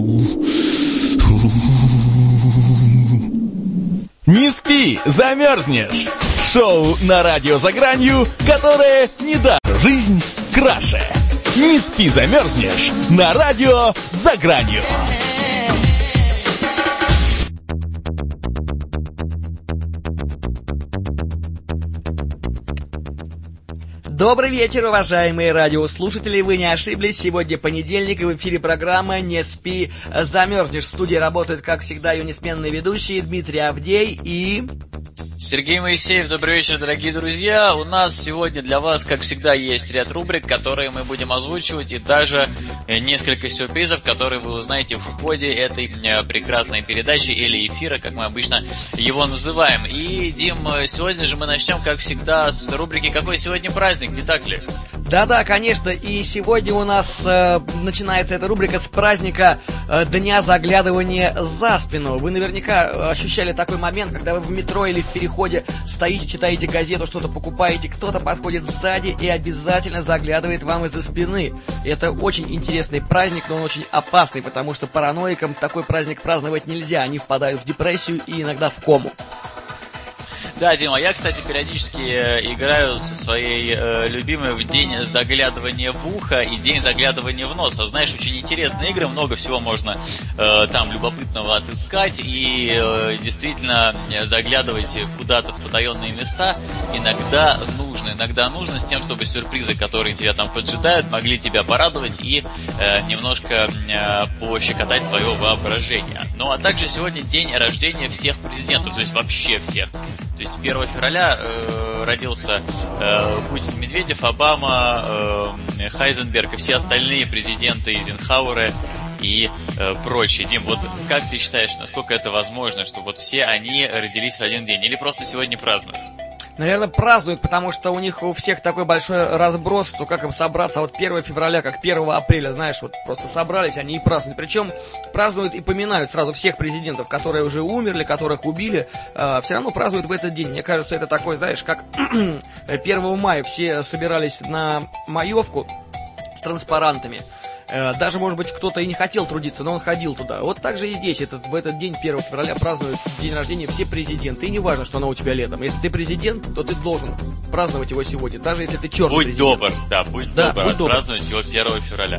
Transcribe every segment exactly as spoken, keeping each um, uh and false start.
Не спи, замерзнешь. Шоу на радио «За гранью», которое не даст жизнь краше. Не спи, замерзнешь на радио «За гранью». Добрый вечер, уважаемые радиослушатели, вы не ошиблись, сегодня понедельник, и в эфире программа «Не спи, замерзнешь». В студии работают, как всегда, ее несменные ведущие Дмитрий Авдей и... Сергей Моисеев. Добрый вечер, дорогие друзья. У нас сегодня для вас, как всегда, есть ряд рубрик, которые мы будем озвучивать, и даже несколько сюрпризов, которые вы узнаете в ходе этой прекрасной передачи или эфира, как мы обычно его называем. И, Дим, сегодня же мы начнем, как всегда, с рубрики «Какой сегодня праздник?», не так ли? Да-да, конечно, и сегодня у нас э, начинается эта рубрика с праздника э, Дня заглядывания за спину. Вы наверняка ощущали такой момент, когда вы в метро или в переходе стоите, читаете газету, что-то покупаете, кто-то подходит сзади и обязательно заглядывает вам из-за спины. Это очень интересный праздник, но он очень опасный, потому что параноикам такой праздник праздновать нельзя. Они впадают в депрессию и иногда в кому. Да, Дима, я, кстати, периодически э, играю со своей э, любимой в день заглядывания в ухо и день заглядывания в нос. А знаешь, очень интересные игры, много всего можно э, там любопытного отыскать и э, действительно заглядывать куда-то в потаенные места иногда нужно. Иногда нужно с тем, чтобы сюрпризы, которые тебя там поджидают, могли тебя порадовать и э, немножко э, пощекотать твое воображение. Ну, а также сегодня день рождения всех президентов, то есть вообще всех. То есть первого февраля э, родился э, Путин, Медведев, Обама, э, Хайзенберг и все остальные президенты, Эйзенхауэры и э, прочие. Дим, вот как ты считаешь, насколько это возможно, что вот все они родились в один день? Или просто сегодня празднуют? Наверное, празднуют, потому что у них у всех такой большой разброс, что как им собраться. А вот первого февраля, как первого апреля, знаешь, вот просто собрались, они и празднуют. Причем празднуют и поминают сразу всех президентов, которые уже умерли, которых убили, э, все равно празднуют в этот день. Мне кажется, это такой, знаешь, как первого мая все собирались на маевку с транспарантами. Даже, может быть, кто-то и не хотел трудиться, но он ходил туда. Вот так же и здесь. Этот, в этот день, первого февраля, празднуют день рождения все президенты. И не важно, что оно у тебя летом. Если ты президент, то ты должен праздновать его сегодня, даже если ты черный будь президент. Добр, да, будь да, добр, будь добр, праздновать его первого февраля.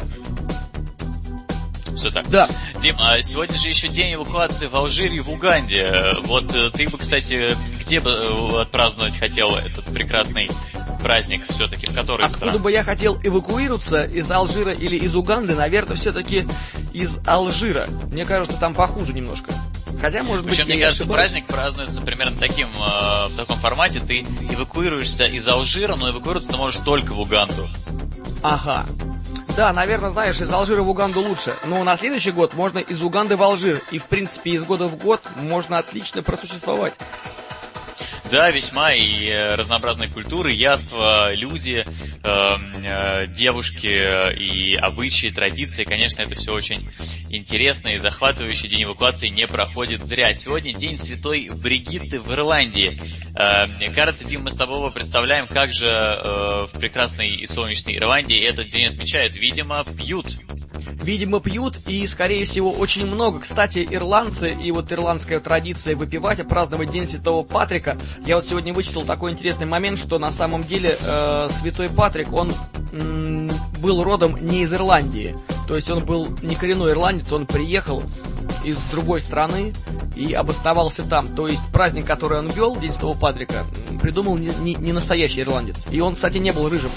Все так. Да. Дим, а сегодня же еще день эвакуации в Алжире и в Уганде. Вот ты бы, кстати, где бы отпраздновать хотел этот прекрасный праздник все-таки, в которой Откуда стране? бы я хотел эвакуироваться, из Алжира или из Уганды, наверное, все-таки из Алжира. Мне кажется, там похуже немножко. Хотя, может Причем, быть, мне я кажется, ошибаюсь. праздник празднуется примерно таким, э, в таком формате. Ты эвакуируешься из Алжира, но эвакуироваться ты можешь только в Уганду. Ага. Да, наверное, знаешь, из Алжира в Уганду лучше. Но на следующий год можно из Уганды в Алжир. И, в принципе, из года в год можно отлично просуществовать. Да, весьма и разнообразные культуры, яства, люди, э, э, девушки и обычаи, традиции. Конечно, это все очень интересно и захватывающий. День эвакуации не проходит зря. Сегодня день Святой Бригитты в Ирландии. Э, мне кажется, Дим, мы с тобой представляем, как же э, в прекрасной и солнечной Ирландии этот день отмечают. Видимо, пьют. Видимо, пьют, и, скорее всего, очень много. Кстати, ирландцы, и вот ирландская традиция выпивать и праздновать День Святого Патрика. Я вот сегодня вычитал такой интересный момент, что на самом деле э, Святой Патрик, он м- был родом не из Ирландии. То есть он был не коренной ирландец, он приехал из другой страны и обосновался там. То есть праздник, который он вел, День Святого Патрика, придумал не, не, не настоящий ирландец. И он, кстати, не был рыжим.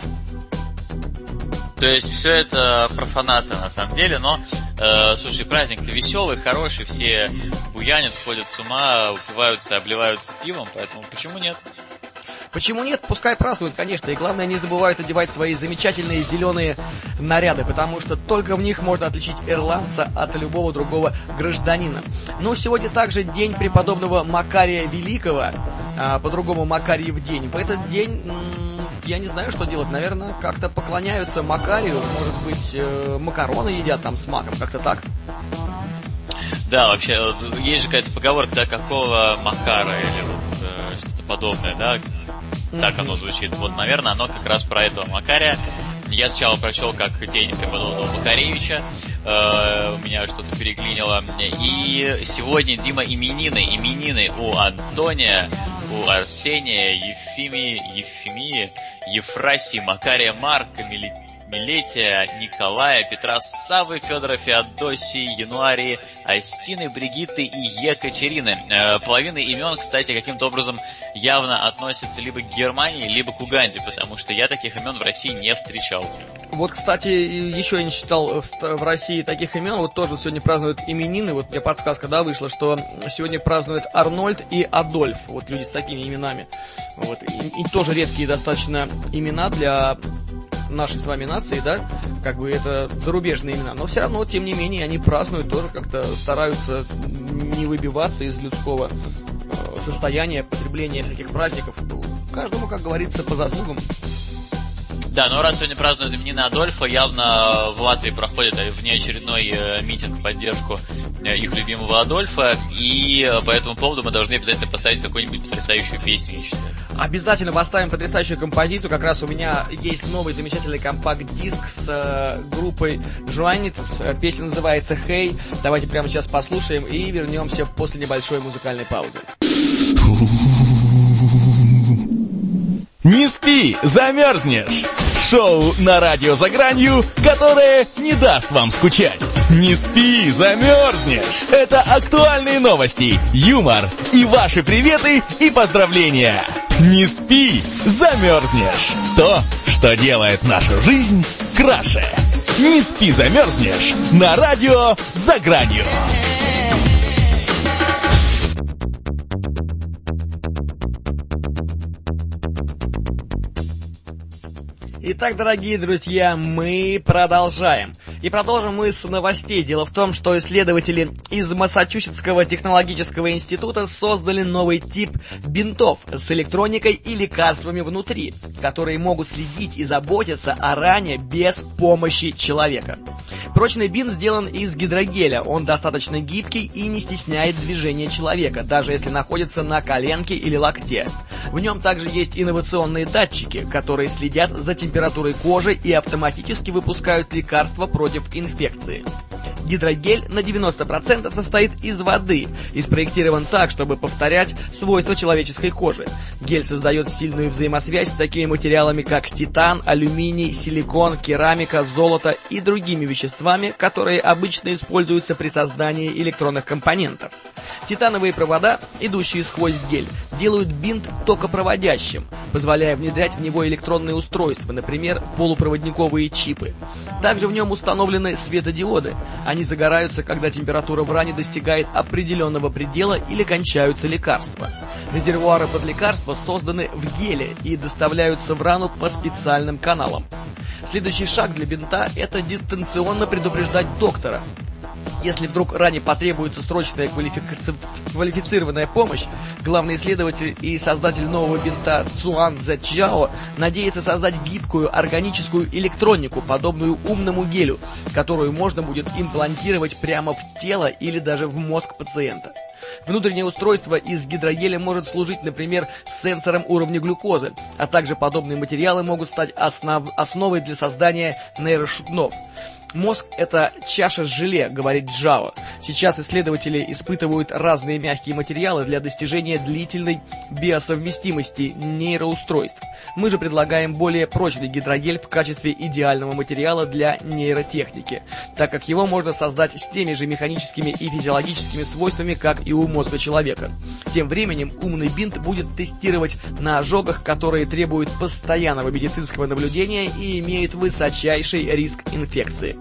То есть все это профанация на самом деле, но, э, слушай, праздник-то веселый, хороший, все буянят, сходят с ума, упиваются, обливаются пивом, поэтому почему нет? Почему нет? Пускай празднуют, конечно, и главное, не забывают одевать свои замечательные зеленые наряды, потому что только в них можно отличить ирландца от любого другого гражданина. Ну, сегодня также день преподобного Макария Великого, а, по-другому Макарьев день. В этот день... Я не знаю, что делать. Наверное, как-то поклоняются Макарию. Может быть, э, макароны едят там с маком. Как-то так. Да, вообще, есть же какая-то поговорка, да, какого Макара или вот э, что-то подобное, да? Так оно звучит. Вот, наверное, оно как раз про этого Макария. Я сначала прочел, как день преподобного Макаревича, э, у меня что-то переклинило. И сегодня, Дима, именины, именины у Антония, у Арсения, Ефимии, Ефимии, Ефрасии, Макария, Марка, Милетия, Милетия, Николая, Петра, Савы, Федора, Феодосии, Януарии, Астины, Бригитты и Екатерины. Э, половина имен, кстати, каким-то образом явно относятся либо к Германии, либо к Уганде, потому что я таких имен в России не встречал. Вот, кстати, еще я не читал в, в России таких имен, вот тоже сегодня празднуют именины, вот мне подсказка, да, вышла, что сегодня празднуют Арнольд и Адольф, вот люди с такими именами. Вот, и, и тоже редкие достаточно имена для нашей с вами нации, да, как бы это зарубежные имена, но все равно, тем не менее, они празднуют, тоже как-то стараются не выбиваться из людского э, состояния потребления таких праздников. Каждому, как говорится, по заслугам. Да, но раз сегодня празднуют именины Адольфа, явно в Латвии проходит внеочередной э, митинг в поддержку э, их любимого Адольфа, и э, по этому поводу мы должны обязательно поставить какую-нибудь потрясающую песню, я считаю. Обязательно поставим потрясающую композицию. Как раз у меня есть новый замечательный компакт-диск с э, группой Joannitas. Песня называется «Hey». Давайте прямо сейчас послушаем и вернемся после небольшой музыкальной паузы. Не спи, замерзнешь! Шоу на радио «За гранью», которое не даст вам скучать. Не спи, замерзнешь! Это актуальные новости, юмор и ваши приветы и поздравления. Не спи, замерзнешь! То, что делает нашу жизнь краше. Не спи, замерзнешь! На радио «За гранью». Итак, дорогие друзья, мы продолжаем. И продолжим мы с новостей. Дело в том, что исследователи из Массачусетского технологического института создали новый тип бинтов с электроникой и лекарствами внутри, которые могут следить и заботиться о ране без помощи человека. Прочный бинт сделан из гидрогеля. Он достаточно гибкий и не стесняет движения человека, даже если находится на коленке или локте. В нем также есть инновационные датчики, которые следят за температурой кожи и автоматически выпускают лекарства против инфекции. Гидрогель на девяносто процентов состоит из воды и спроектирован так, чтобы повторять свойства человеческой кожи. Гель создает сильную взаимосвязь с такими материалами, как титан, алюминий, силикон, керамика, золото и другими веществами, которые обычно используются при создании электронных компонентов. Титановые провода, идущие сквозь гель, делают бинт токопроводящим, позволяя внедрять в него электронные устройства, например, полупроводниковые чипы. Также в нем установлены светодиоды. Они загораются, когда температура в ране достигает определенного предела или кончаются лекарства. Резервуары под лекарства созданы в геле и доставляются в рану по специальным каналам. Следующий шаг для бинта – это дистанционно предупреждать доктора. Если вдруг ране потребуется срочная квалифици... квалифицированная помощь, главный исследователь и создатель нового бинта Цуан Цзэчжао надеется создать гибкую органическую электронику, подобную умному гелю, которую можно будет имплантировать прямо в тело или даже в мозг пациента. Внутреннее устройство из гидрогеля может служить, например, сенсором уровня глюкозы, а также подобные материалы могут стать основ... основой для создания нейрошутнов. Мозг – это чаша с желе, говорит Джао. Сейчас исследователи испытывают разные мягкие материалы для достижения длительной биосовместимости нейроустройств. Мы же предлагаем более прочный гидрогель в качестве идеального материала для нейротехники, так как его можно создать с теми же механическими и физиологическими свойствами, как и у мозга человека. Тем временем умный бинт будет тестировать на ожогах, которые требуют постоянного медицинского наблюдения и имеют высочайший риск инфекции.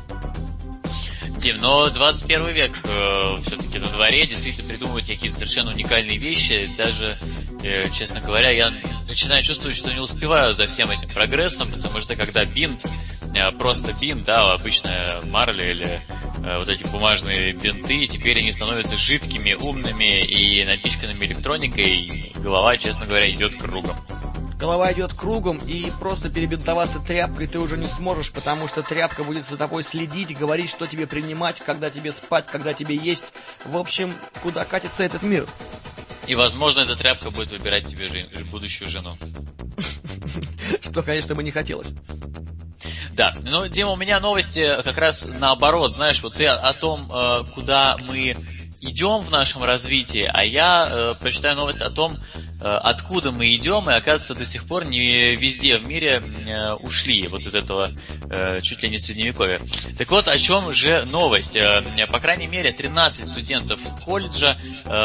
Дим, но двадцать первый век э, все-таки на дворе, действительно придумывают какие-то совершенно уникальные вещи. Даже, э, честно говоря, я начинаю чувствовать, что не успеваю за всем этим прогрессом, потому что когда бинт, э, просто бинт, да, обычная марля или э, вот эти бумажные бинты, теперь они становятся жидкими, умными и напичканными электроникой, и голова, честно говоря, идет кругом. Голова идет кругом, и просто перебинтоваться тряпкой ты уже не сможешь, потому что тряпка будет за тобой следить, говорить, что тебе принимать, когда тебе спать, когда тебе есть. В общем, куда катится этот мир? И, возможно, эта тряпка будет выбирать тебе жен... будущую жену. Что, конечно, бы не хотелось. Да, ну, Дима, у меня новости как раз наоборот, знаешь, вот ты о том, куда мы идем в нашем развитии, а я прочитаю новость о том, откуда мы идем, и, оказывается, до сих пор не везде в мире ушли вот из этого чуть ли не средневековья. Так вот, о чем же новость? По крайней мере, тринадцать студентов колледжа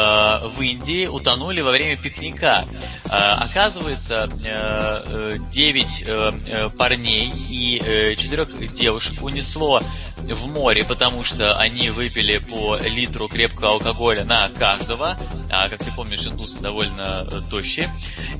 в Индии утонули во время пикника. Оказывается, девять парней и четырех девушек унесло в море, потому что они выпили по литру крепкого алкоголя на каждого, а, как ты помнишь, индусы довольно тощие,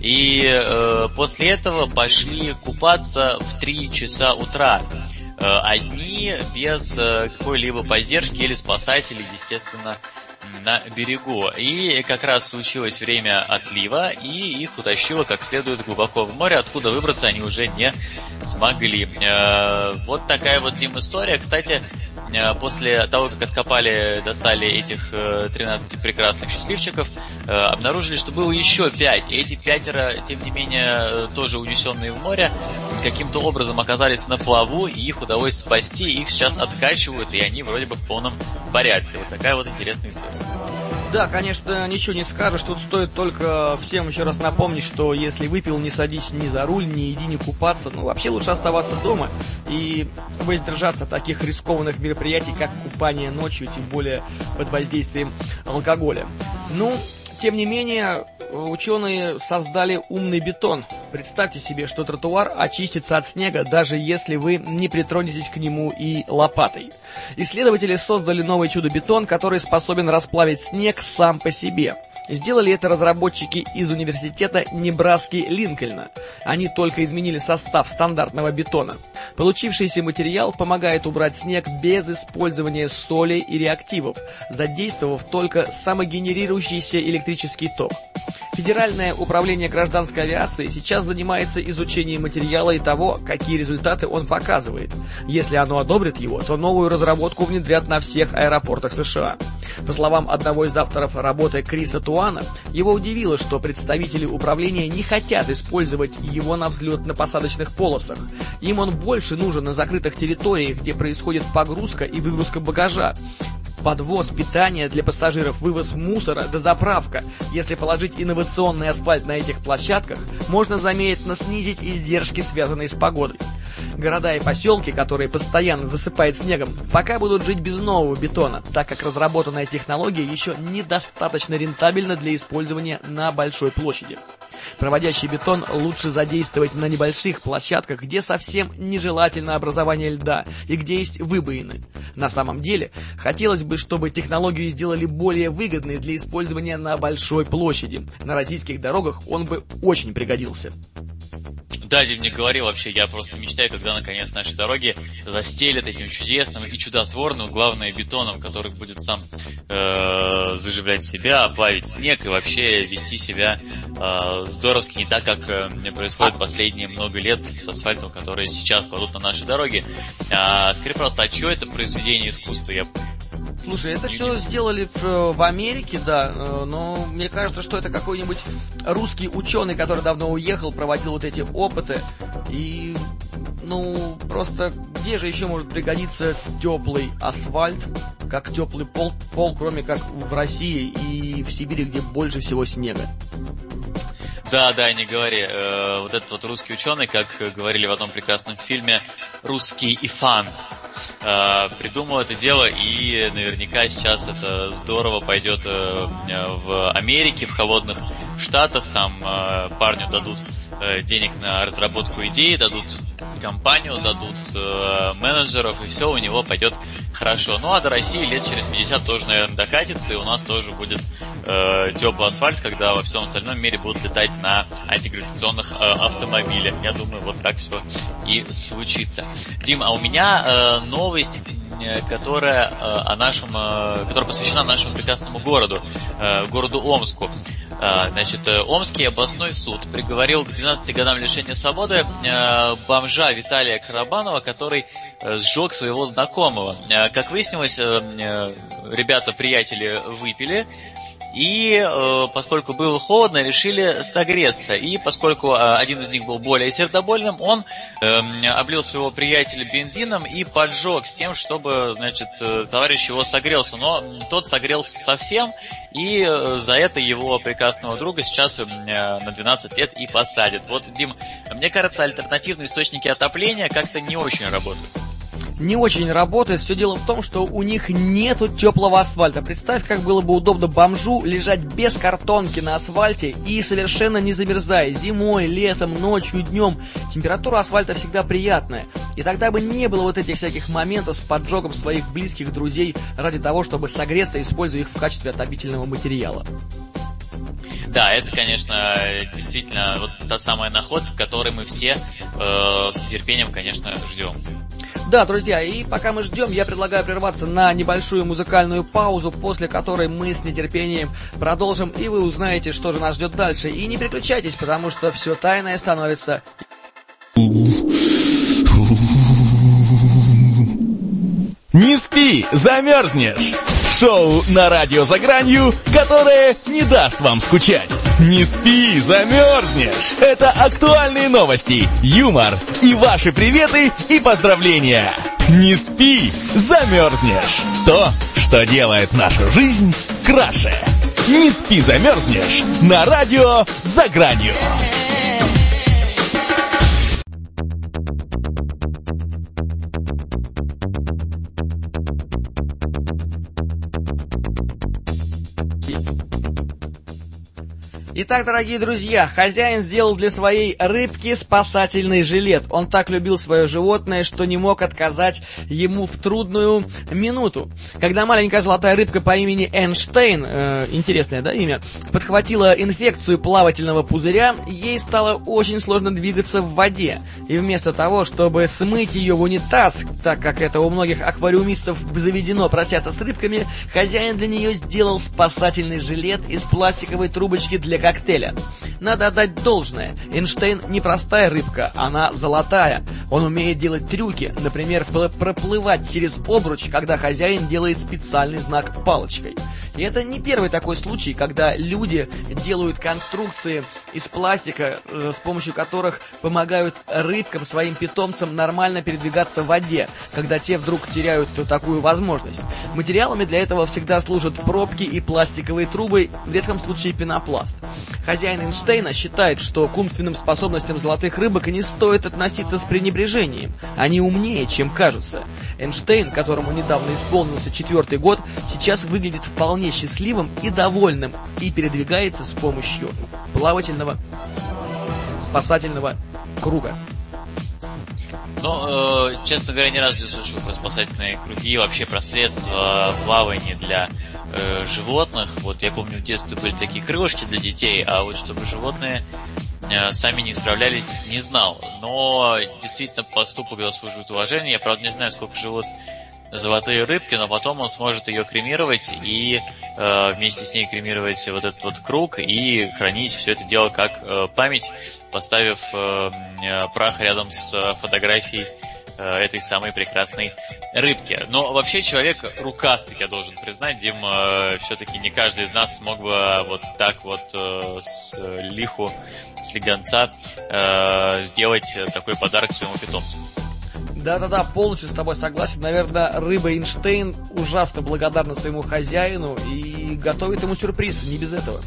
и э, после этого пошли купаться в три часа утра, э, одни, без э, какой-либо поддержки или спасателей, естественно, на берегу. И как раз случилось время отлива, и их утащило как следует глубоко в море, откуда выбраться они уже не смогли. Э, вот такая вот, Дим, история. Кстати, после того, как откопали, достали этих тринадцати прекрасных счастливчиков, обнаружили, что было еще пять. И эти пятеро, тем не менее, тоже унесенные в море, каким-то образом оказались на плаву, и их удалось спасти. Их сейчас откачивают, и они вроде бы в полном порядке. Вот такая вот интересная история. Да, конечно, ничего не скажешь. Тут стоит только всем еще раз напомнить, что если выпил, не садись ни за руль, не иди, не купаться. Ну, вообще лучше оставаться дома и воздержаться от таких рискованных мероприятий, как купание ночью, тем более под воздействием алкоголя. Ну, тем не менее, ученые создали умный бетон. Представьте себе, что тротуар очистится от снега, даже если вы не притронетесь к нему и лопатой. Исследователи создали новый чудо-бетон, который способен расплавить снег сам по себе. Сделали это разработчики из университета Небраски-Линкольна. Они только изменили состав стандартного бетона. Получившийся материал помогает убрать снег без использования соли и реактивов, задействовав только самогенерирующийся электрический ток. Федеральное управление гражданской авиации сейчас занимается изучением материала и того, какие результаты он показывает. Если оно одобрит его, то новую разработку внедрят на всех аэропортах США. По словам одного из авторов работы Криса Туана, его удивило, что представители управления не хотят использовать его на взлетно-посадочных полосах. Им он больше нужен на закрытых территориях, где происходит погрузка и выгрузка багажа. Подвоз, питание для пассажиров, вывоз мусора, дозаправка. Если положить инновационный асфальт на этих площадках, можно заметно снизить издержки, связанные с погодой. Города и поселки, которые постоянно засыпают снегом, пока будут жить без нового бетона, так как разработанная технология еще недостаточно рентабельна для использования на большой площади. Проводящий бетон лучше задействовать на небольших площадках, где совсем нежелательно образование льда и где есть выбоины. На самом деле, хотелось бы, чтобы технологию сделали более выгодной для использования на большой площади. На российских дорогах он бы очень пригодился. Да, Дим, не говори вообще, я просто мечтаю, когда наконец наши дороги застелят этим чудесным и чудотворным, главное, бетоном, который будет сам э, заживлять себя, плавить снег и вообще вести себя э, здоровски, не так, как э, происходит последние много лет с асфальтом, который сейчас кладут на наши дороги. А, скажи просто, а что это произведение искусства? Я... Слушай, это все сделали в, в Америке, да, но мне кажется, что это какой-нибудь русский ученый, который давно уехал, проводил вот эти опыты, и, ну, просто где же еще может пригодиться теплый асфальт, как теплый пол, пол, кроме как в России и в Сибири, где больше всего снега. Да, да, не говори. Э, вот этот вот русский ученый, как говорили в одном прекрасном фильме, русский Ифан, э, придумал это дело, и наверняка сейчас это здорово пойдет э, в Америке, в холодных штатах, там э, парню дадут э, денег на разработку идеи, дадут компанию, дадут э, менеджеров, и все у него пойдет хорошо. Ну а до России лет через пятьдесят тоже, наверное, докатится, и у нас тоже будет э, теплый асфальт, когда во всем остальном мире будут летать на антигравитационных э, автомобилях. Я думаю, вот так все и случится. Дим, а у меня э, новость, которая, э, о нашем, э, которая посвящена нашему прекрасному городу, э, городу Омску. Значит, Омский областной суд приговорил к двенадцати годам лишения свободы э, бомжа Виталия Карабанова, который э, сжег своего знакомого. Э, как выяснилось, э, ребята-приятели выпили, И э, поскольку было холодно, решили согреться. И поскольку э, один из них был более сердобольным, он э, облил своего приятеля бензином и поджег с тем, чтобы, значит, э, товарищ его согрелся. Но тот согрелся совсем, и э, за это его прекрасного друга сейчас э, на двенадцать лет и посадят. Вот, Дим, мне кажется, альтернативные источники отопления как-то не очень работают. Не очень работает. Все дело в том, что у них нету теплого асфальта. Представь, как было бы удобно бомжу лежать без картонки на асфальте и совершенно не замерзая. Зимой, летом, ночью, днем. Температура асфальта всегда приятная. И тогда бы не было вот этих всяких моментов с поджогом своих близких друзей ради того, чтобы согреться, используя их в качестве отопительного материала. Да, это, конечно, действительно вот та самая находка, которой мы все э, с нетерпением, конечно, ждем. Да, друзья, и пока мы ждем, я предлагаю прерваться на небольшую музыкальную паузу, после которой мы с нетерпением продолжим, и вы узнаете, что же нас ждет дальше. И не переключайтесь, потому что все тайное становится... Не спи, замерзнешь! Шоу на радио «За гранью», которое не даст вам скучать. Не спи, замерзнешь! Это актуальные новости, юмор и ваши приветы и поздравления. Не спи, замерзнешь! То, что делает нашу жизнь краше. Не спи, замерзнешь! На радио «За гранью». Итак, дорогие друзья, хозяин сделал для своей рыбки спасательный жилет. Он так любил свое животное, что не мог отказать ему в трудную минуту. Когда маленькая золотая рыбка по имени Эйнштейн, э, интересное, да, имя, подхватила инфекцию плавательного пузыря, ей стало очень сложно двигаться в воде. И вместо того, чтобы смыть ее в унитаз, так как это у многих аквариумистов заведено прощаться с рыбками, хозяин для нее сделал спасательный жилет из пластиковой трубочки для коктейля. Надо отдать должное. Эйнштейн не простая рыбка, она золотая. Он умеет делать трюки, например, проплывать через обруч, когда хозяин делает специальный знак палочкой. И это не первый такой случай, когда люди делают конструкции из пластика, э, с помощью которых помогают рыбкам, своим питомцам, нормально передвигаться в воде, когда те вдруг теряют такую возможность. Материалами для этого всегда служат пробки и пластиковые трубы, в редком случае пенопласт. Хозяин Эйнштейна считает, что к умственным способностям золотых рыбок не стоит относиться с пренебрежением. Они умнее, чем кажутся. Эйнштейн, которому недавно исполнился четвертый год, сейчас выглядит вполне счастливым и довольным и передвигается с помощью плавательного спасательного круга. Ну, э, честно говоря, ни разу не слышал про спасательные круги, вообще про средства плавания для э, животных. Вот я помню, в детстве были такие крылышки для детей, а вот чтобы животные э, сами не справлялись, не знал. Но действительно поступок заслуживает уважения. Я, правда, не знаю, сколько живут золотые рыбки, но потом он сможет ее кремировать и э, вместе с ней кремировать вот этот вот круг и хранить все это дело как э, память, поставив э, прах рядом с фотографией э, этой самой прекрасной рыбки. Но вообще человек рукастый, я должен признать, Дим, э, все-таки не каждый из нас смог бы вот так вот э, с лиху, с легонца э, сделать такой подарок своему питомцу. Да-да-да, полностью с тобой согласен. Наверное, рыба Эйнштейн ужасно благодарна своему хозяину и готовит ему сюрприз, не без этого.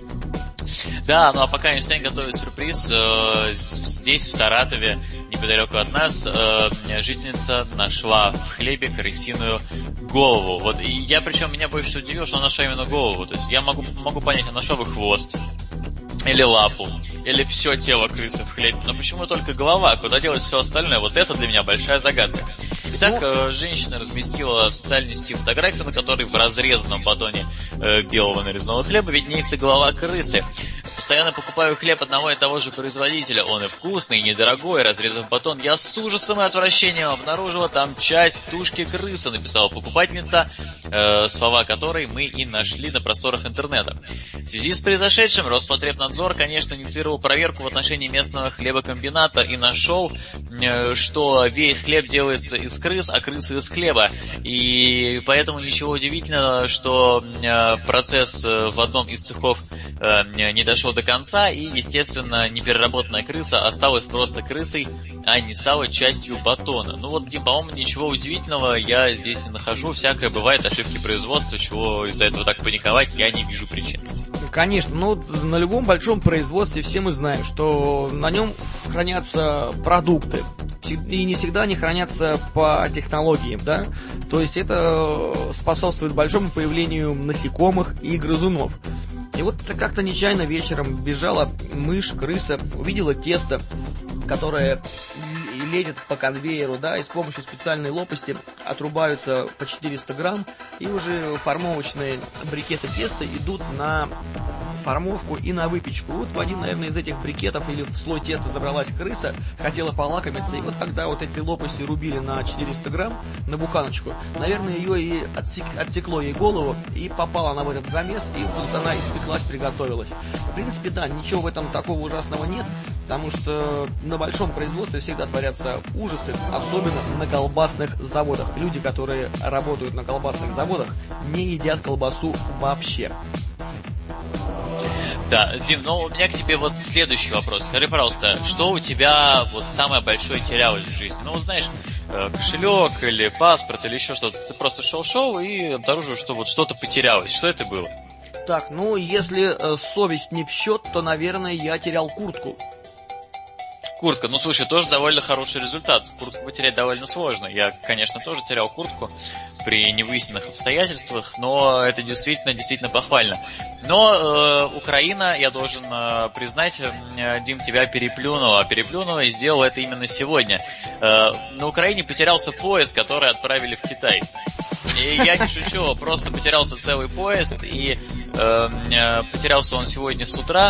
Да, ну а пока Эйнштейн готовит сюрприз, э, здесь, в Саратове, неподалеку от нас, э, жительница нашла в хлебе крысиную голову. Вот, и я, причем, меня больше всего удивило, что она нашла именно голову. То есть я могу, могу понять, она нашла бы хвост, или лапу, или все тело крысы в хлебе. Но почему только голова? Куда делать все остальное? Вот это для меня большая загадка. Итак, э, женщина разместила в социальной сети фотографию, на которой в разрезанном батоне э, белого нарезного хлеба виднеется голова крысы. Постоянно покупаю хлеб одного и того же производителя. Он и вкусный, и недорогой. Разрезав батон, я с ужасом и отвращением обнаружила там часть тушки крысы, написала покупательница, э, слова которой мы и нашли на просторах интернета. В связи с произошедшим Роспотребнадзор, конечно, инициировал проверку в отношении местного хлебокомбината и нашел, э, что весь хлеб делается из крыс, а крысы из хлеба. И поэтому ничего удивительного, что э, процесс э, в одном из цехов э, не дошел до конца, и, естественно, непереработанная крыса осталась просто крысой, а не стала частью батона. Ну вот, Дим, по-моему, ничего удивительного я здесь не нахожу. Всякое бывает, ошибки производства, чего из-за этого так паниковать, я не вижу причин. Конечно, ну на любом большом производстве все мы знаем, что на нем хранятся продукты. И не всегда они хранятся по технологиям, да? То есть это способствует большому появлению насекомых и грызунов. И вот как-то нечаянно вечером бежала мышь, крыса, увидела тесто, которое лезет по конвейеру, да, и с помощью специальной лопасти отрубаются по четыреста грамм, и уже формовочные брикеты теста идут на формовку и на выпечку. Вот в один, наверное, из этих брикетов или в слой теста забралась крыса, хотела полакомиться, и вот когда вот эти лопасти рубили на четыреста грамм, на буханочку, наверное, ее и отсек, отсекло ей голову, и попала она в этот замес, и вот она испеклась, приготовилась. В принципе, да, ничего в этом такого ужасного нет, потому что на большом производстве всегда творятся ужасы, особенно на колбасных заводах. Люди, которые работают на колбасных заводах, не едят колбасу вообще. Да, Дим, ну у меня к тебе вот следующий вопрос. Скажи, пожалуйста, что у тебя вот самое большое терялось в жизни? Ну, вот знаешь, кошелек или паспорт или еще что-то. Ты просто шел-шел и обнаружил, что вот что-то потерялось. Что это было? Так, ну если э, совесть не в счет, то, наверное, я терял куртку. Куртка, ну слушай, тоже довольно хороший результат. Куртку потерять довольно сложно. Я, конечно, тоже терял куртку при невыясненных обстоятельствах, но это действительно, действительно похвально. Но э, Украина, я должен э, признать, э, Дим, тебя переплюнула, переплюнула и сделала это именно сегодня. Э, на Украине потерялся поезд, который отправили в Китай. И я не шучу, просто потерялся целый поезд, и э, э, потерялся он сегодня с утра.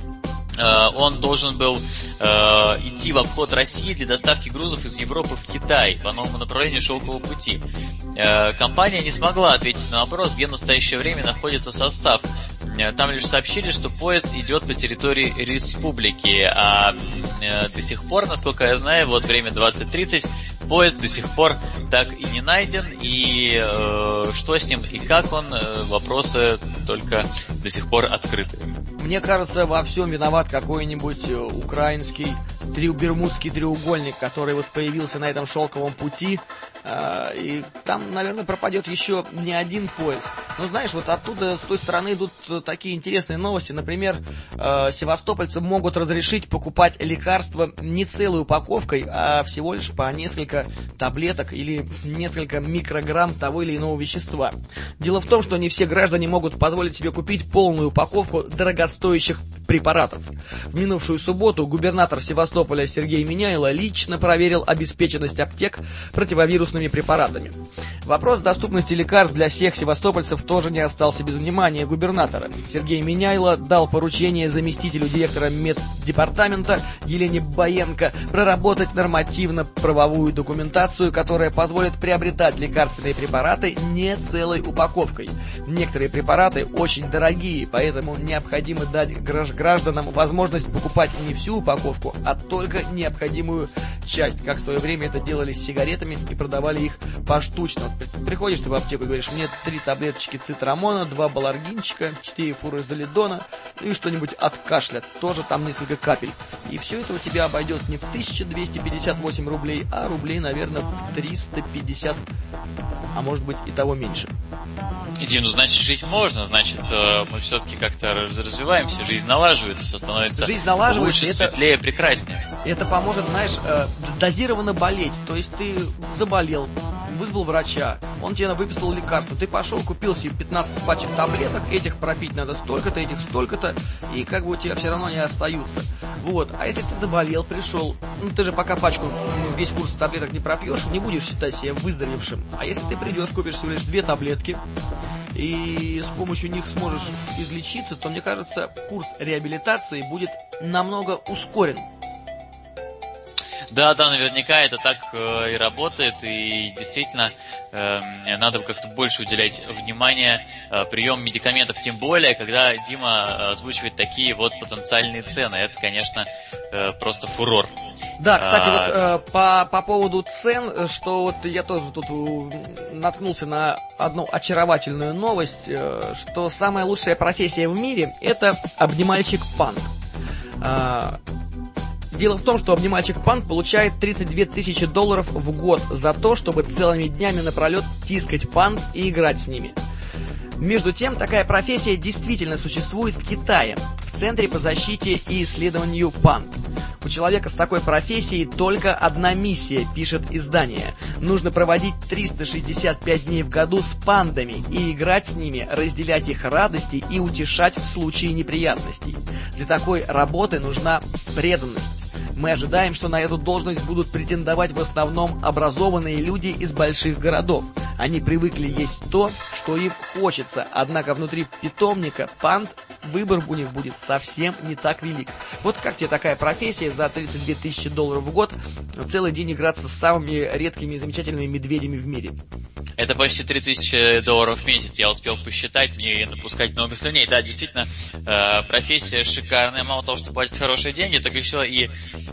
Он должен был э, идти в обход России для доставки грузов из Европы в Китай по новому направлению шелкового пути. Э, компания не смогла ответить на вопрос, где в настоящее время находится состав. Э, там лишь сообщили, что поезд идет по территории республики, а э, до сих пор, насколько я знаю, вот время двадцать тридцать, поезд до сих пор так и не найден, и э, что с ним и как он, э, вопросы только до сих пор открыты. Мне кажется, во всем виноват какой-нибудь украинский три, бермудский треугольник, который вот появился на этом шелковом пути, э, и там, наверное, пропадет еще не один поезд. Но знаешь, вот оттуда, с той стороны идут такие интересные новости. Например, э, севастопольцы могут разрешить покупать лекарства не целой упаковкой, а всего лишь по несколько таблеток или несколько микрограмм того или иного вещества. Дело в том, что не все граждане могут позволить себе купить полную упаковку дорогостоящих препаратов. В минувшую субботу губернатор Севастополя Сергей Миняйло лично проверил обеспеченность аптек противовирусными препаратами. Вопрос доступности лекарств для всех севастопольцев тоже не остался без внимания губернатора. Сергей Миняйло дал поручение заместителю директора меддепартамента Елене Баенко проработать нормативно-правовую документацию, которая позволит приобретать лекарственные препараты не целой упаковкой. Некоторые препараты очень дорогие, поэтому необходимо дать гражданам возможность покупать не всю упаковку, а только необходимую часть, как в свое время это делали с сигаретами и продавали их поштучно. Приходишь ты в аптеку и говоришь: мне три таблеточки цитрамона, два баларгинчика, четыре фуры изолидона и что-нибудь от кашля, тоже там несколько капель. И все это у тебя обойдет не в тысячу двести пятьдесят восемь рублей, а рублей, наверное, в триста пятьдесят, а может быть и того меньше. Дим, ну значит жить можно, значит мы все-таки как-то развиваемся, жизнь налаживается, все становится жизнь налаживается, лучше, это, светлее, прекраснее. Это поможет, знаешь, дозированно болеть, то есть ты заболел, вызвал врача, он тебе выписал лекарство, ты пошел, купил себе пятнадцать пачек таблеток, этих пропить надо столько-то, этих столько-то, и как бы у тебя все равно не остаются. Вот, а если ты заболел, пришел, ну ты же пока пачку, ну, весь курс таблеток не пропьешь, не будешь считать себя выздоровевшим. А если ты придешь, купишь всего лишь две таблетки, и с помощью них сможешь излечиться, то, мне кажется, курс реабилитации будет намного ускорен. Да, да, наверняка это так э, и работает, и действительно э, надо как-то больше уделять внимание э, приему медикаментов, тем более, когда Дима озвучивает такие вот потенциальные цены. Это, конечно, э, просто фурор. Да, кстати, а... вот э, по, по поводу цен, что вот я тоже тут наткнулся на одну очаровательную новость, э, что самая лучшая профессия в мире — это обнимальщик-панк. Э, Дело в том, что обнимальщик-панк получает тридцать две тысячи долларов в год за то, чтобы целыми днями напролет тискать панд и играть с ними. Между тем, такая профессия действительно существует в Китае, в Центре по защите и исследованию панд. У человека с такой профессией только одна миссия, пишет издание. Нужно проводить триста шестьдесят пять дней в году с пандами и играть с ними, разделять их радости и утешать в случае неприятностей. Для такой работы нужна преданность. Мы ожидаем, что на эту должность будут претендовать в основном образованные люди из больших городов. Они привыкли есть то, что им хочется, однако внутри питомника панд выбор у них будет совсем не так велик. Вот как тебе такая профессия за тридцать две тысячи долларов в год целый день играться с самыми редкими и замечательными медведями в мире? Это почти три тысячи долларов в месяц, я успел посчитать, мне напускать много слюней. Да, действительно, э, профессия шикарная, мало того, что платят хорошие деньги, так еще и э,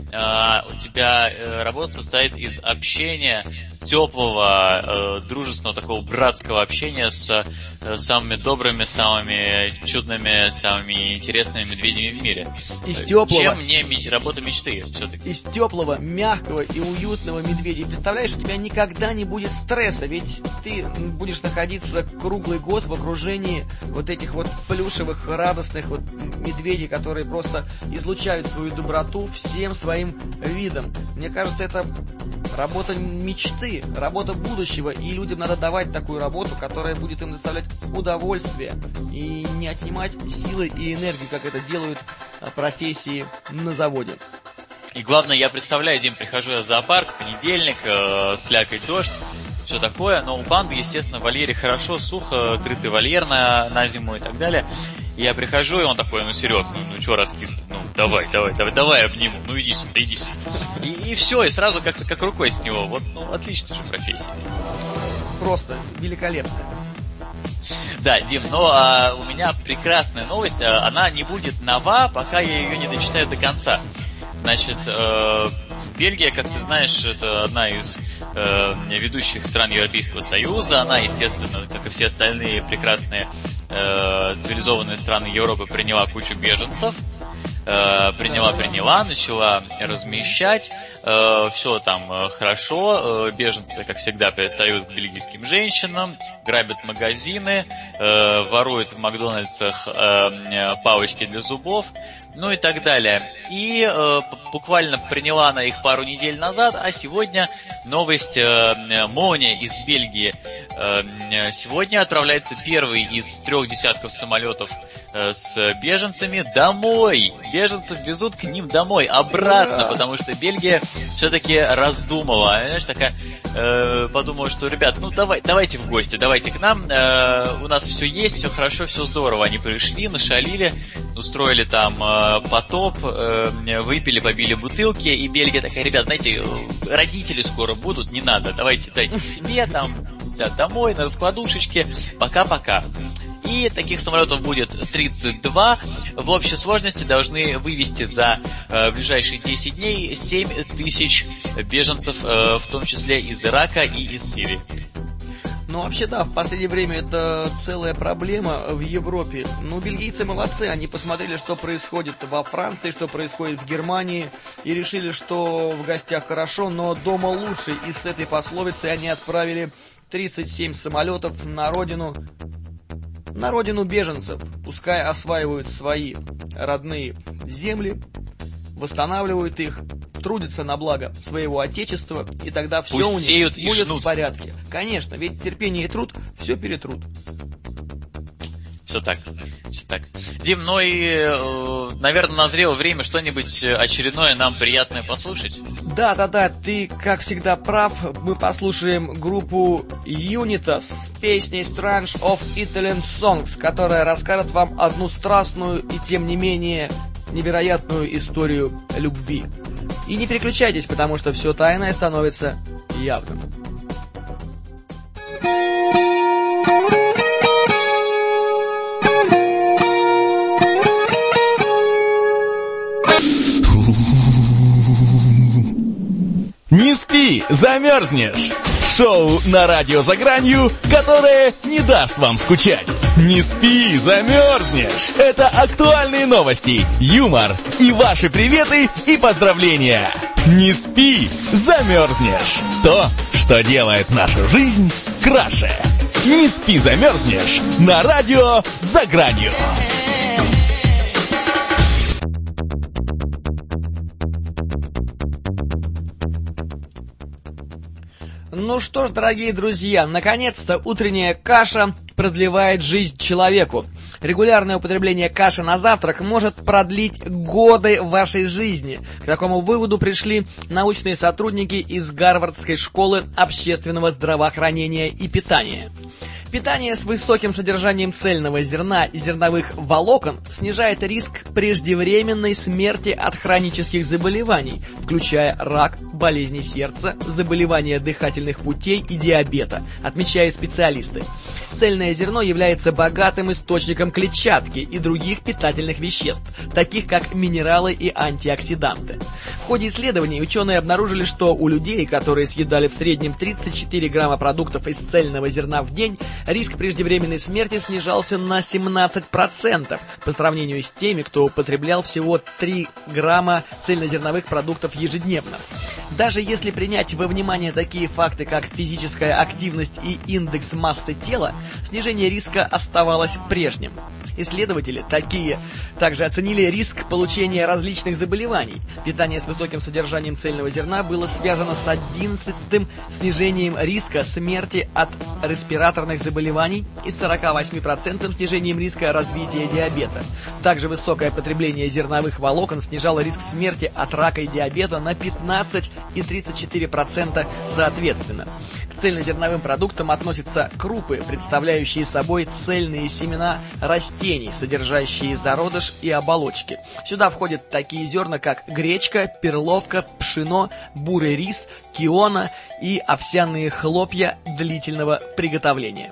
у тебя э, работа состоит из общения, теплого, э, дружественного, такого братского общения с э, самыми добрыми, самыми чудными, самыми интересными медведями в мире. Из теплого... Чем мне ми- работа мечты все-таки? Из теплого, мягкого и уютного медведя. И представляешь, у тебя никогда не будет стресса, ведь ты будешь находиться круглый год в окружении вот этих вот плюшевых, радостных вот медведей, которые просто излучают свою доброту всем своим видом. Мне кажется, это работа мечты, работа будущего, и людям надо давать такую работу, которая будет им доставлять удовольствие и не отнимать силы и энергии, как это делают профессии на заводе. И главное, я представляю, Дим, прихожу я в зоопарк, понедельник, э, слякоть, дождь, все такое, но у панды, естественно, в вольере хорошо, сухо, крытый вольер на, на зиму и так далее. И я прихожу, и он такой: ну, Серег, ну, ну что раскис-то, ну, давай, давай, давай, давай обниму, ну, иди сюда, иди сюда. И, и все, и сразу как-то как рукой с него. Вот, ну, отличная же профессия. Просто великолепно. Да, Дим, но а, у меня прекрасная новость, а, она не будет нова, пока я ее не дочитаю до конца. Значит, э, Бельгия, как ты знаешь, это одна из э, ведущих стран Европейского Союза. Она, естественно, как и все остальные прекрасные э, цивилизованные страны Европы, приняла кучу беженцев. Э, приняла, приняла, начала размещать. Э, все там э, хорошо. Э, беженцы, как всегда, пристают к бельгийским женщинам, грабят магазины, э, воруют в Макдональдсах э, палочки для зубов. Ну и так далее. И э, буквально приняла она их пару недель назад, а сегодня новость. э, Моня из Бельгии э, сегодня отправляется первый из трех десятков самолетов э, с беженцами домой. Беженцев везут к ним домой, обратно, потому что Бельгия все-таки раздумала. Знаешь, такая э, подумала, что, ребят, ну давай, давайте в гости, давайте к нам. Э, у нас все есть, все хорошо, все здорово. Они пришли, нашалили, устроили там э, потоп, э, выпили, побили бутылки, и Бельгия такая: ребят, знаете, родители скоро будут, не надо, давайте дайте себе там, да, домой, на раскладушечке, пока-пока. И таких самолетов будет тридцать два. В общей сложности должны вывести за э, ближайшие десять дней семь тысяч беженцев, э, в том числе из Ирака и из Сирии. Ну, вообще, да, в последнее время это целая проблема в Европе. Ну, бельгийцы молодцы, они посмотрели, что происходит во Франции, что происходит в Германии, и решили, что в гостях хорошо, но дома лучше. И с этой пословицей они отправили тридцать семь самолетов на родину, на родину беженцев. Пускай осваивают свои родные земли, восстанавливают их, трудятся на благо своего отечества, и тогда все Пусть у них сеют и будет жнут. в порядке. Конечно, ведь терпение и труд все перетрут. Все так, все так. Дим, ну и, э, наверное, назрело время что-нибудь очередное нам приятное послушать. Да-да-да, ты, как всегда, прав. Мы послушаем группу Unitas с песней Strange of Italian Songs, которая расскажет вам одну страстную и, тем не менее, невероятную историю любви. И не переключайтесь, потому что все тайное становится явным. Не спи, замерзнешь. Шоу на радио «За гранью», которое не даст вам скучать. Не спи, замерзнешь. Это актуальные новости, юмор и ваши приветы и поздравления. Не спи, замерзнешь. То, что делает нашу жизнь краше. Не спи, замерзнешь. На радио «За гранью». Ну что ж, дорогие друзья, наконец-то утренняя каша продлевает жизнь человеку. Регулярное употребление каши на завтрак может продлить годы вашей жизни. К такому выводу пришли научные сотрудники из Гарвардской школы общественного здравоохранения и питания. Питание с высоким содержанием цельного зерна и зерновых волокон снижает риск преждевременной смерти от хронических заболеваний, включая рак, болезни сердца, заболевания дыхательных путей и диабета, отмечают специалисты. Цельное зерно является богатым источником клетчатки и других питательных веществ, таких как минералы и антиоксиданты. В ходе исследований ученые обнаружили, что у людей, которые съедали в среднем тридцать четыре грамма продуктов из цельного зерна в день, риск преждевременной смерти снижался на семнадцать процентов по сравнению с теми, кто употреблял всего три грамма цельнозерновых продуктов ежедневно. Даже если принять во внимание такие факты, как физическая активность и индекс массы тела, снижение риска оставалось прежним. Исследователи такие также оценили риск получения различных заболеваний. Питание с высоким содержанием цельного зерна было связано с одиннадцатым снижением риска смерти от респираторных заболеваний и сорок восемь процентов снижением риска развития диабета. Также высокое потребление зерновых волокон снижало риск смерти от рака и диабета на пятнадцать и тридцать четыре процента соответственно. К цельнозерновым продуктам относятся крупы, представляющие собой цельные семена растений, содержащие зародыш и оболочки. Сюда входят такие зерна, как гречка, перловка, пшено, бурый рис, киона и овсяные хлопья длительного приготовления.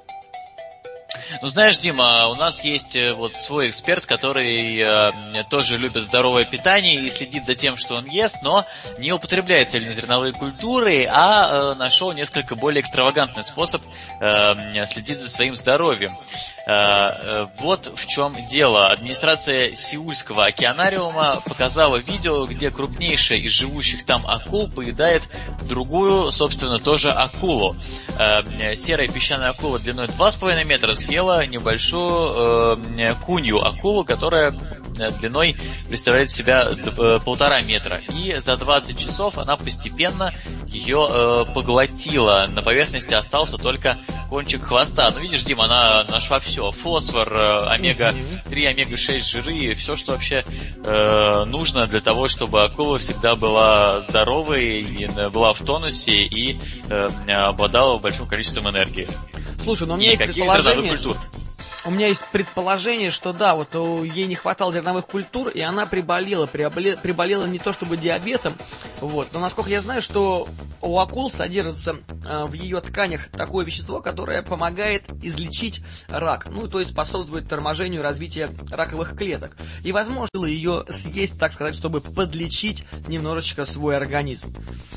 Ну, знаешь, Дима, у нас есть вот свой эксперт, который э, тоже любит здоровое питание и следит за тем, что он ест, но не употребляет цельнозерновые культуры, а э, нашел несколько более экстравагантный способ э, следить за своим здоровьем. Э, э, вот в чем дело. Администрация Сеульского океанариума показала видео, где крупнейшая из живущих там акул поедает другую, собственно, тоже акулу. Э, серая песчаная акула длиной два с половиной метра съела небольшую э, кунью акулу, которая длиной представляет в себя э, полтора метра. И за двадцать часов она постепенно ее э, поглотила. На поверхности остался только кончик хвоста. Ну, видишь, Дима, она нашла все. Фосфор, э, омега три, омега шесть жиры, все, что вообще э, нужно для того, чтобы акула всегда была здоровой, и была в тонусе и э, обладала большим количеством энергии. Слушай, ну у меня есть предположение, у меня есть предположение, что да, вот ей не хватало зерновых культур, и она приболела, приболела, приболела не то чтобы диабетом, вот, но насколько я знаю, что у акул содержится э, в ее тканях такое вещество, которое помогает излечить рак, ну, то есть способствует торможению развития раковых клеток. И возможно ее съесть, так сказать, чтобы подлечить немножечко свой организм.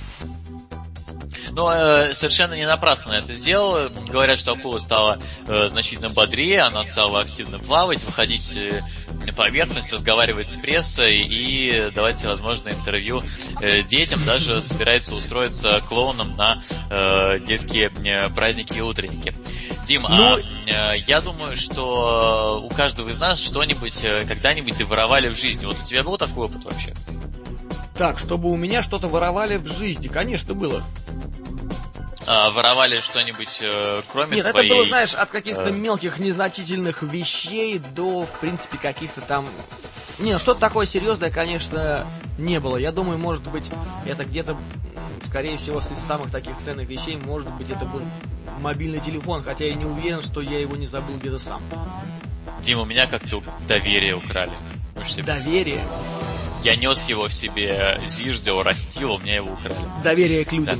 Но э, совершенно не напрасно это сделала. Говорят, что акула стала э, значительно бодрее, она стала активно плавать, выходить э, на поверхность, разговаривать с прессой и давать всевозможные интервью э, детям. Даже собирается устроиться клоуном на э, детские э, праздники и утренники. Дим, ну... а, э, я думаю, что у каждого из нас что-нибудь э, когда-нибудь и воровали в жизни. Вот у тебя был такой опыт вообще? Так, чтобы у меня что-то воровали в жизни, конечно, было. А, воровали что-нибудь, э, кроме Нет, твоей... это было, знаешь, от каких-то мелких, незначительных вещей до, в принципе, каких-то там Не, ну что-то такое серьезное, конечно, не было. Я думаю, может быть, это где-то, скорее всего, из самых таких ценных вещей, может быть, это был мобильный телефон, хотя я не уверен, что я его не забыл где-то сам. Дима, у меня как-то доверие украли. Доверие? Я нес его в себе, зиждил, растил, у меня его украли. Доверие к людям.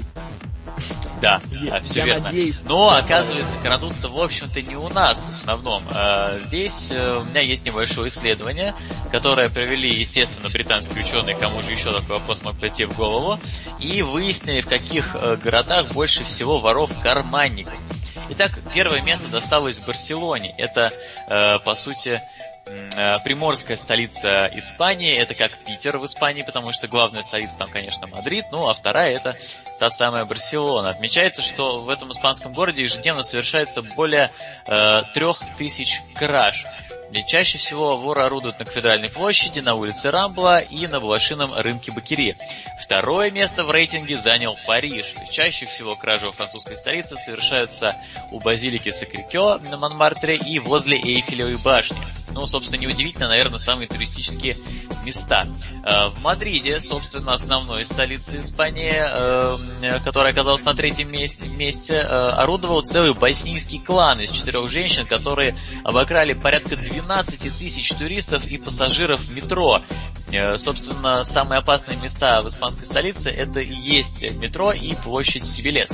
Да, да, все я верно. Надеюсь, Но, да, оказывается, крадут-то, в общем-то, не у нас в основном. Здесь у меня есть небольшое исследование, которое провели, естественно, британские ученые, кому же еще такой вопрос мог прийти в голову, и выяснили, в каких городах больше всего воров-карманников. Итак, первое место досталось Барселоне. Это, по сути, приморская столица Испании, это как Питер в Испании, потому что главная столица там, конечно, Мадрид, ну а вторая это та самая Барселона. Отмечается, что в этом испанском городе ежедневно совершается более э, трех тысяч краж. И чаще всего воры орудуют на Кафедральной площади, на улице Рамбла и на блошином рынке Бакери. Второе место в рейтинге занял Париж. Чаще всего кражи во французской столице совершаются у базилики Сакрэ-Кёр на Монмартре и возле Эйфелевой башни. Ну, собственно, неудивительно, наверное, самые туристические места. В Мадриде, собственно, основной столице Испании, которая оказалась на третьем месте, орудовал целый боснийский клан из четырех женщин, которые обокрали порядка двенадцать тысяч туристов и пассажиров метро. Собственно, самые опасные места в испанской столице — это и есть метро и площадь Сибилес.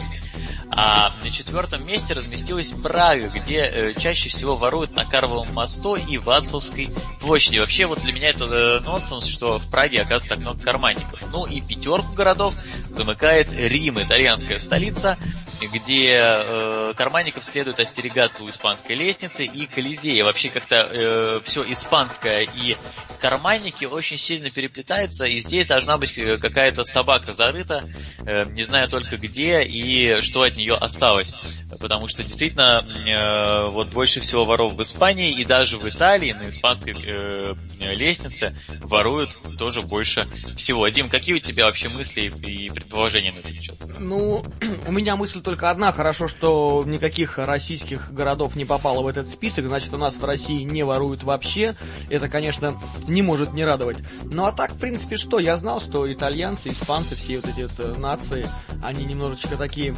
А на четвертом месте разместилась Прага, где э, чаще всего воруют на Карловом мосту и Вацлавской площади. Вообще, вот для меня это э, нонсенс, что в Праге, оказывается, так много карманников. Ну и пятерку городов замыкает Рим, итальянская столица, где э, карманников следует остерегаться у испанской лестницы и Колизея. Вообще как-то э, все испанское и карманники очень сильно переплетается, и здесь должна быть какая-то собака зарыта, э, не знаю только где и что от нее осталось. Потому что действительно э, вот больше всего воров в Испании, и даже в Италии на испанской э, лестнице воруют тоже больше всего. Дим, какие у тебя вообще мысли и предположения на этот счет? Ну, у меня мысль только одна. Хорошо, что никаких российских городов не попало в этот список. Значит, у нас в России не воруют вообще. Это, конечно, не может не радовать. Ну, а так, в принципе, что? Я знал, что итальянцы, испанцы, все вот эти вот нации, они немножечко такие...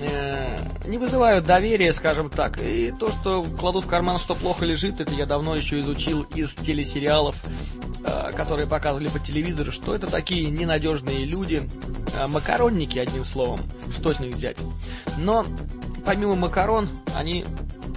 Э, не вызывают доверия, скажем так. И то, что кладут в карман, что плохо лежит, это я давно еще изучил из телесериалов, э, которые показывали по телевизору, что это такие ненадежные люди, э, макаронники, одним словом. Что с них взять? Но помимо макарон, они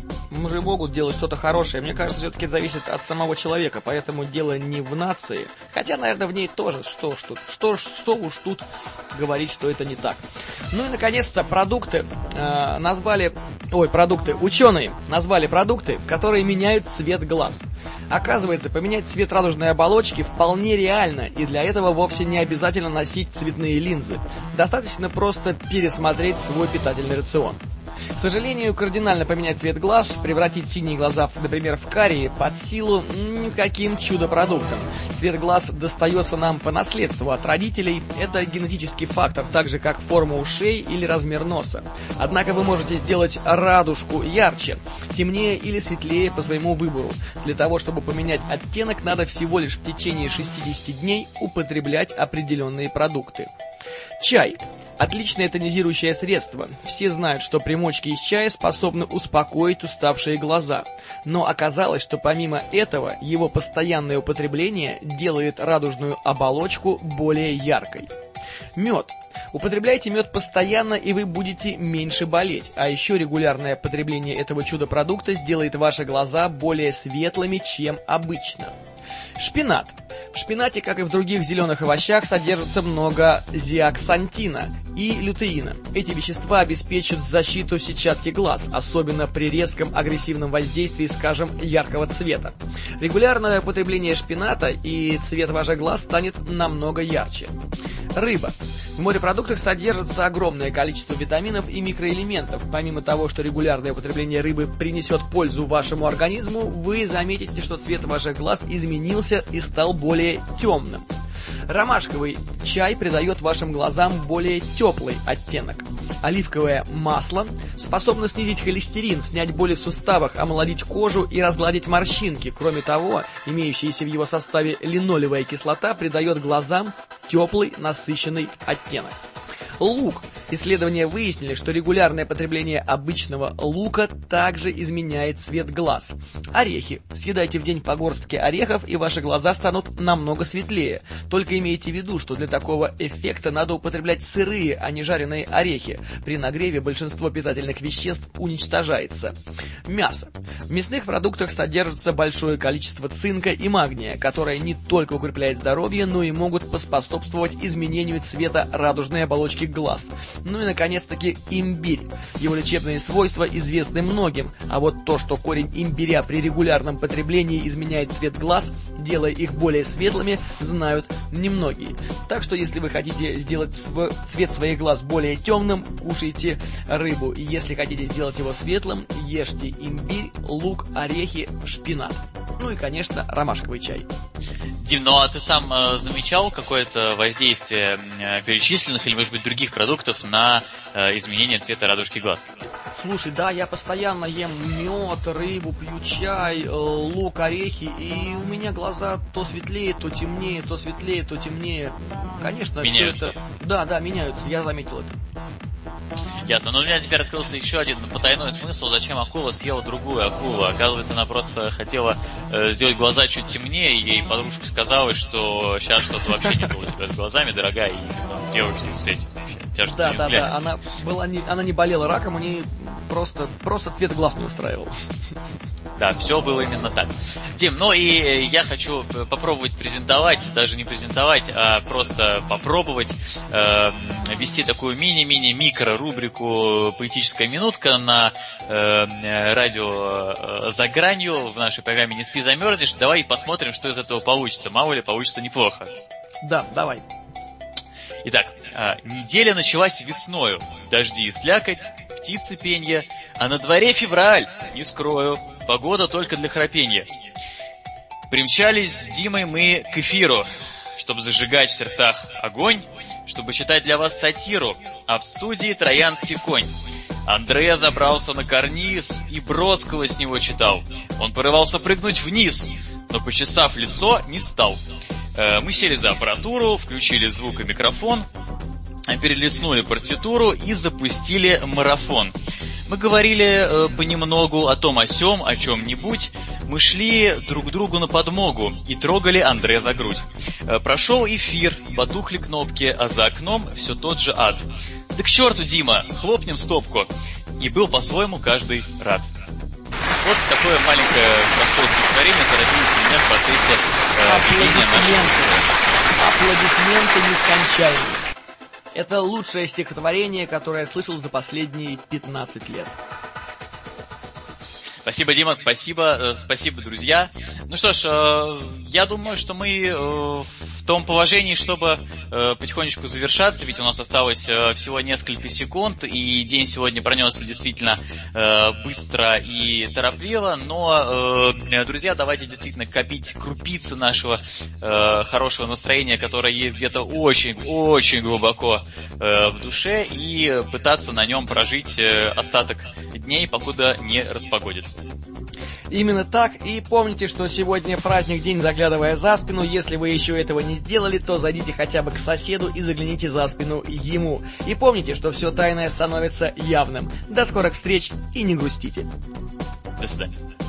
же могут делать что-то хорошее. Мне кажется, все-таки это зависит от самого человека, поэтому дело не в нации. Хотя, наверное, в ней тоже. Что ж тут? Что, что уж тут говорить, что это не так. Ну и, наконец-то, продукты э, назвали... Ой, продукты. Ученые назвали продукты, которые меняют цвет глаз. Оказывается, поменять цвет радужной оболочки вполне реально, и для этого вовсе не обязательно носить цветные линзы. Достаточно просто пересмотреть свой питательный рацион. К сожалению, кардинально поменять цвет глаз, превратить синие глаза, например, в карие, под силу никаким чудо-продуктом. Цвет глаз достается нам по наследству от родителей. Это генетический фактор, так же как форма ушей или размер носа. Однако вы можете сделать радужку ярче, темнее или светлее по своему выбору. Для того, чтобы поменять оттенок, надо всего лишь в течение шестидесяти дней употреблять определенные продукты. Чай. Отличное тонизирующее средство. Все знают, что примочки из чая способны успокоить уставшие глаза. Но оказалось, что помимо этого, его постоянное употребление делает радужную оболочку более яркой. Мед. Употребляйте мед постоянно, и вы будете меньше болеть. А еще регулярное потребление этого чудо-продукта сделает ваши глаза более светлыми, чем обычно. Шпинат. В шпинате, как и в других зеленых овощах, содержится много зеаксантина и лютеина. Эти вещества обеспечат защиту сетчатки глаз, особенно при резком агрессивном воздействии, скажем, яркого цвета. Регулярное употребление шпината, и цвет ваших глаз станет намного ярче. Рыба. В морепродуктах содержится огромное количество витаминов и микроэлементов. Помимо того, что регулярное употребление рыбы принесет пользу вашему организму, вы заметите, что цвет ваших глаз изменился и стал более темным. Ромашковый чай придает вашим глазам более теплый оттенок. оливковое масло способно снизить холестерин, снять боли в суставах, омолодить кожу и разгладить морщинки. Кроме того, имеющаяся в его составе линолевая кислота придает глазам теплый, насыщенный оттенок. Лук. Исследования выяснили, что регулярное потребление обычного лука также изменяет цвет глаз. Орехи. Съедайте в день по горстке орехов, и ваши глаза станут намного светлее. Только имейте в виду, что для такого эффекта надо употреблять сырые, а не жареные орехи. При нагреве большинство питательных веществ уничтожается. Мясо. В мясных продуктах содержится большое количество цинка и магния, которые не только укрепляют здоровье, но и могут поспособствовать изменению цвета радужной оболочки глаз. Ну и, наконец-таки, имбирь. Его лечебные свойства известны многим, а вот то, что корень имбиря при регулярном потреблении изменяет цвет глаз, делая их более светлыми, знают немногие. Так что, если вы хотите сделать св- цвет своих глаз более темным, кушайте рыбу. И если хотите сделать его светлым, ешьте имбирь, лук, орехи, шпинат. Ну и, конечно, ромашковый чай. Дим, ну а ты сам э, замечал какое-то воздействие э, перечисленных или, может быть, других продуктов на э, изменение цвета радужки глаз? Слушай, да, я постоянно ем мед, рыбу, пью чай, э, лук, орехи, и у меня глаза то светлее, то темнее, то светлее, то темнее. Конечно, меняются. Это... Да, да, меняются, я заметил это. Ясно. Но у меня теперь открылся еще один потайной смысл, зачем акула съела другую акулу. Оказывается, она просто хотела э, сделать глаза чуть темнее, и ей подружка сказала, что сейчас что-то вообще не было у тебя с глазами, дорогая, и ну, делаешь с этим вообще. Тебя Да, да, да, она, была не, она не болела раком, у нее просто, просто цвет глаз не устраивал. Да, все было именно так. Дим, ну и я хочу попробовать презентовать, даже не презентовать, а просто попробовать э, вести такую мини-мини-микро-рубрику «Поэтическая минутка» на э, радио «За гранью» в нашей программе «Не спи, замерзнешь». Давай посмотрим, что из этого получится. Мало ли, получится неплохо. Да, давай. Итак, э, неделя началась весною. Дожди и слякоть, птицы пенья, а на дворе февраль, не скрою. Погода только для храпенья. Примчались с Димой мы к эфиру, чтобы зажигать в сердцах огонь, чтобы читать для вас сатиру, а в студии троянский конь. Андрея забрался на карниз и Бродского с него читал. Он порывался прыгнуть вниз, но, почесав лицо, не стал. Э, мы сели за аппаратуру, включили звук и микрофон, перелистнули партитуру и запустили марафон. Мы говорили э, понемногу о том о сём, о чем-нибудь. Мы шли друг к другу на подмогу и трогали Андре за грудь. Э, прошел эфир, потухли кнопки, а за окном все тот же ад. Да к черту, Дима, хлопнем стопку. И был по-своему каждый рад. Вот такое маленькое простое стихотворение зародилось у меня в процессе э, ведения нашего... Аплодисменты нескончаемые. Это лучшее стихотворение, которое я слышал за последние пятнадцать лет. Спасибо, Дима, спасибо, спасибо, друзья. Ну что ж, я думаю, что мы в том положении, чтобы потихонечку завершаться, ведь у нас осталось всего несколько секунд, и день сегодня пронесся действительно быстро и торопливо, но, друзья, давайте действительно копить крупицы нашего хорошего настроения, которое есть где-то очень-очень глубоко в душе, и пытаться на нем прожить остаток дней, покуда не распогодится. Именно так, и помните, что сегодня праздник День заглядывая за спину. Если вы еще этого не сделали, то зайдите хотя бы к соседу и загляните за спину ему. И помните, что все тайное становится явным. До скорых встреч и не грустите. До свидания.